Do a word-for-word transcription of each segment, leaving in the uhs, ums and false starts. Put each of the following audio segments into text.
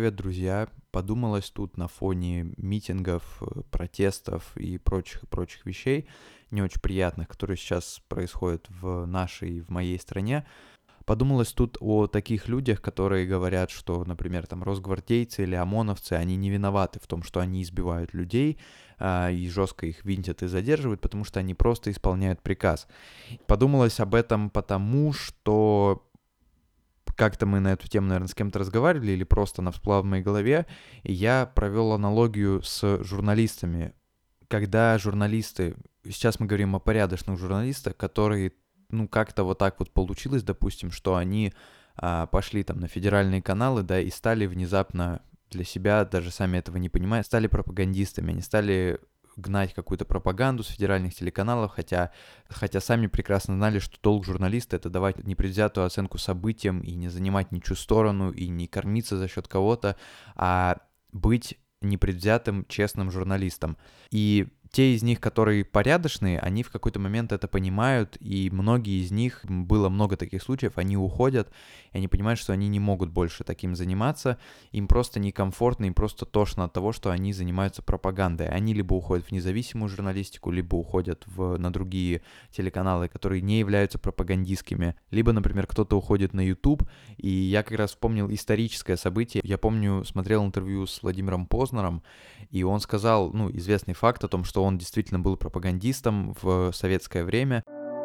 привет, друзья! Подумалось тут на фоне митингов, э, протестов и прочих прочих вещей, не очень приятных, которые сейчас происходят в нашей, в моей стране. Подумалось тут о таких людях, которые говорят, что, например, там росгвардейцы или ОМОНовцы, они не виноваты в том, что они избивают людей а, и жестко их винтят и задерживают, потому что они просто исполняют приказ. Подумалось об этом потому, что как-то мы на эту тему, наверное, с кем-то разговаривали или просто она всплыла в моей голове, и я провел аналогию с журналистами. Когда журналисты, сейчас мы говорим о порядочных журналистах, которые, ну, как-то вот так вот получилось, допустим, что они а, пошли там на федеральные каналы, да, и стали внезапно для себя, даже сами этого не понимая, стали пропагандистами, они стали гнать какую-то пропаганду с федеральных телеканалов, хотя, хотя сами прекрасно знали, что долг журналиста — это давать непредвзятую оценку событиям и не занимать ничью сторону, и не кормиться за счет кого-то, а быть непредвзятым, честным журналистом. И те из них, которые порядочные, они в какой-то момент это понимают, и многие из них, было много таких случаев, они уходят, и они понимают, что они не могут больше таким заниматься, им просто некомфортно, им просто тошно от того, что они занимаются пропагандой. Они либо уходят в независимую журналистику, либо уходят в, на другие телеканалы, которые не являются пропагандистскими, либо, например, кто-то уходит на YouTube, и я как раз вспомнил историческое событие. Я помню, смотрел интервью с Владимиром Познером, и он сказал, ну, известный факт о том, что он действительно был пропагандистом в советское время.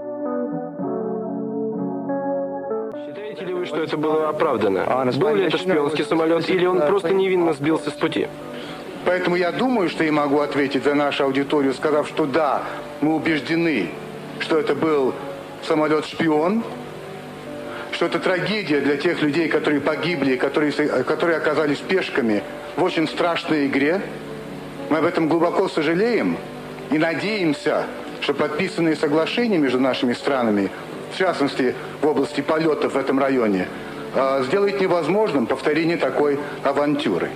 Считаете ли вы, что это было оправдано? Был ли это шпионский самолет, или он просто невинно сбился с пути? Поэтому я думаю, что я могу ответить за нашу аудиторию, сказав, что да, мы убеждены, что это был самолет-шпион, что это трагедия для тех людей, которые погибли, которые, которые оказались пешками в очень страшной игре. Мы об этом глубоко сожалеем и надеемся, что подписанные соглашения между нашими странами, в частности в области полетов в этом районе, сделают невозможным повторение такой авантюры.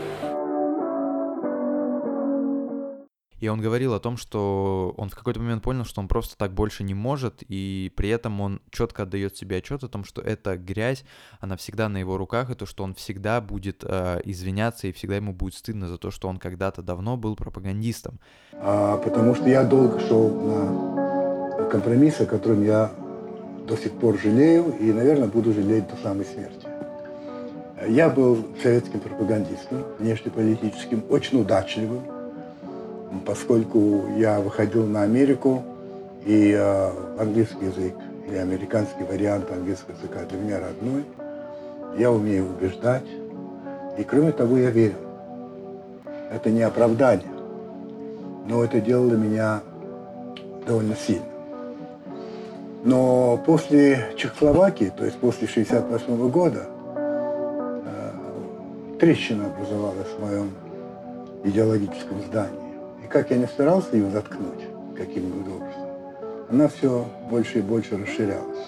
И он говорил о том, что он в какой-то момент понял, что он просто так больше не может, и при этом он четко отдает себе отчет о том, что эта грязь, она всегда на его руках, и то, что он всегда будет э, извиняться, и всегда ему будет стыдно за то, что он когда-то давно был пропагандистом. А, потому что я долго шел на компромисс, о котором я до сих пор жалею, и, наверное, буду жалеть до самой смерти. Я был советским пропагандистом, внешнеполитическим, очень удачливым, поскольку я выходил на Америку, и э, английский язык, или американский вариант английского языка для меня родной, я умею убеждать, и кроме того, я верил. Это не оправдание, но это делало меня довольно сильно. Но после Чехословакии, то есть после шестьдесят восьмого года, э, трещина образовалась в моем идеологическом здании. И как я не старался ее заткнуть каким-нибудь образом, она все больше и больше расширялась.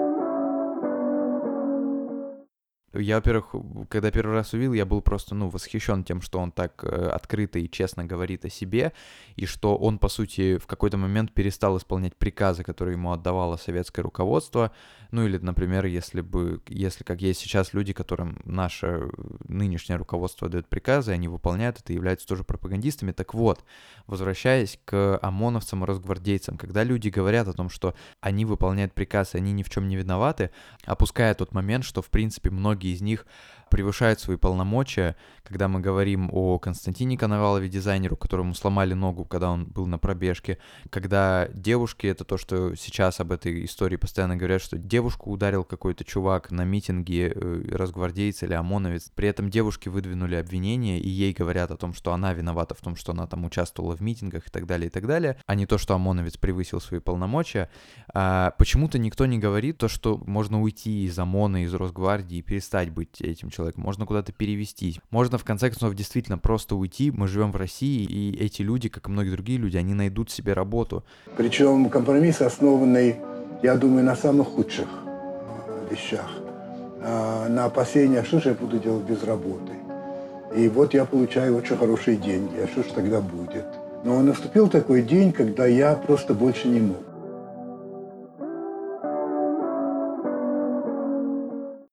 Я, во-первых, когда первый раз увидел, я был просто, ну, восхищен тем, что он так э, открыто и честно говорит о себе, и что он, по сути, в какой-то момент перестал исполнять приказы, которые ему отдавало советское руководство. Ну, или, например, если бы, если, как есть сейчас люди, которым наше нынешнее руководство дает приказы, они выполняют это и являются тоже пропагандистами. Так вот, возвращаясь к ОМОНовцам и росгвардейцам, когда люди говорят о том, что они выполняют приказы, они ни в чем не виноваты, опуская тот момент, что, в принципе, многие из них превышают свои полномочия, когда мы говорим о Константине Коновалове, дизайнеру, которому сломали ногу, когда он был на пробежке, когда девушки, это то, что сейчас об этой истории постоянно говорят, что девушку ударил какой-то чувак на митинге, э, росгвардеец или ОМОНовец, при этом девушке выдвинули обвинение, и ей говорят о том, что она виновата в том, что она там участвовала в митингах и так далее, и так далее, а не то, что ОМОНовец превысил свои полномочия. А почему-то никто не говорит то, что можно уйти из ОМОНа, из Росгвардии и перестать быть этим человеком, можно куда-то перевестись. Можно, в конце концов, действительно просто уйти. Мы живем в России, и эти люди, как и многие другие люди, они найдут себе работу. Причем компромисс, основанный, я думаю, на самых худших вещах. На опасениях, что же я буду делать без работы. И вот я получаю очень хорошие деньги, а что же тогда будет? Но наступил такой день, когда я просто больше не мог. Мне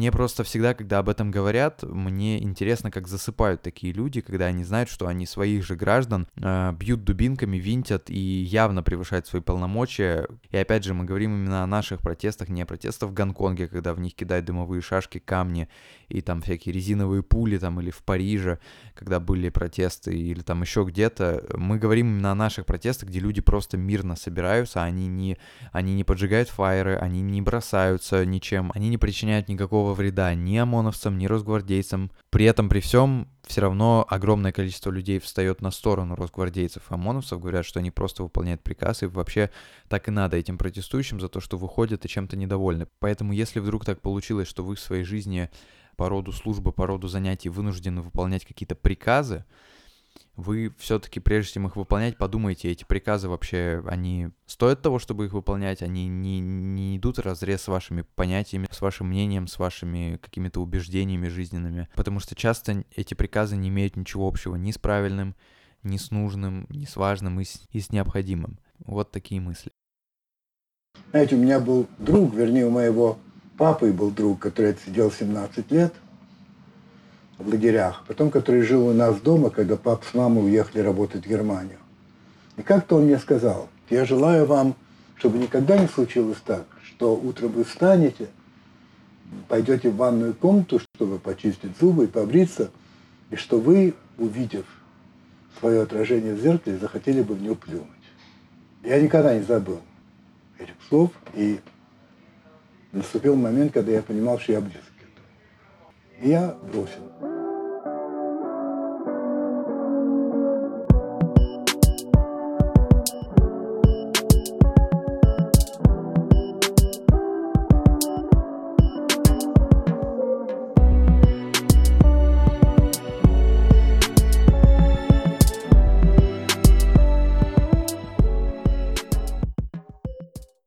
мне просто всегда, когда об этом говорят, мне интересно, как засыпают такие люди, когда они знают, что они своих же граждан э, бьют дубинками, винтят и явно превышают свои полномочия. И опять же, мы говорим именно о наших протестах, не о протестах в Гонконге, когда в них кидают дымовые шашки, камни и там всякие резиновые пули, там, или в Париже, когда были протесты, или там еще где-то. Мы говорим именно о наших протестах, где люди просто мирно собираются, они не, они не поджигают фаеры, они не бросаются ничем, они не причиняют никакого вреда ни ОМОНовцам, ни росгвардейцам. При этом, при всем, все равно огромное количество людей встает на сторону росгвардейцев и ОМОНовцев, говорят, что они просто выполняют приказ, и вообще так и надо этим протестующим за то, что выходят и чем-то недовольны. Поэтому, если вдруг так получилось, что вы в своей жизни по роду службы, по роду занятий вынуждены выполнять какие-то приказы, вы все-таки, прежде чем их выполнять, подумайте, эти приказы вообще, они стоят того, чтобы их выполнять, они не, не идут вразрез с вашими понятиями, с вашим мнением, с вашими какими-то убеждениями жизненными, потому что часто эти приказы не имеют ничего общего ни с правильным, ни с нужным, ни с важным и с, и с необходимым. Вот такие мысли. Знаете, у меня был друг, вернее, у моего папы был друг, который отсидел семнадцать лет в лагерях, потом который жил у нас дома, когда папа с мамой уехали работать в Германию. И как-то он мне сказал: я желаю вам, чтобы никогда не случилось так, что утром вы встанете, пойдете в ванную комнату, чтобы почистить зубы и побриться, и что вы, увидев свое отражение в зеркале, захотели бы в него плюнуть. Я никогда не забыл этих слов, и наступил момент, когда я понимал, что я близок к этому. И я бросил.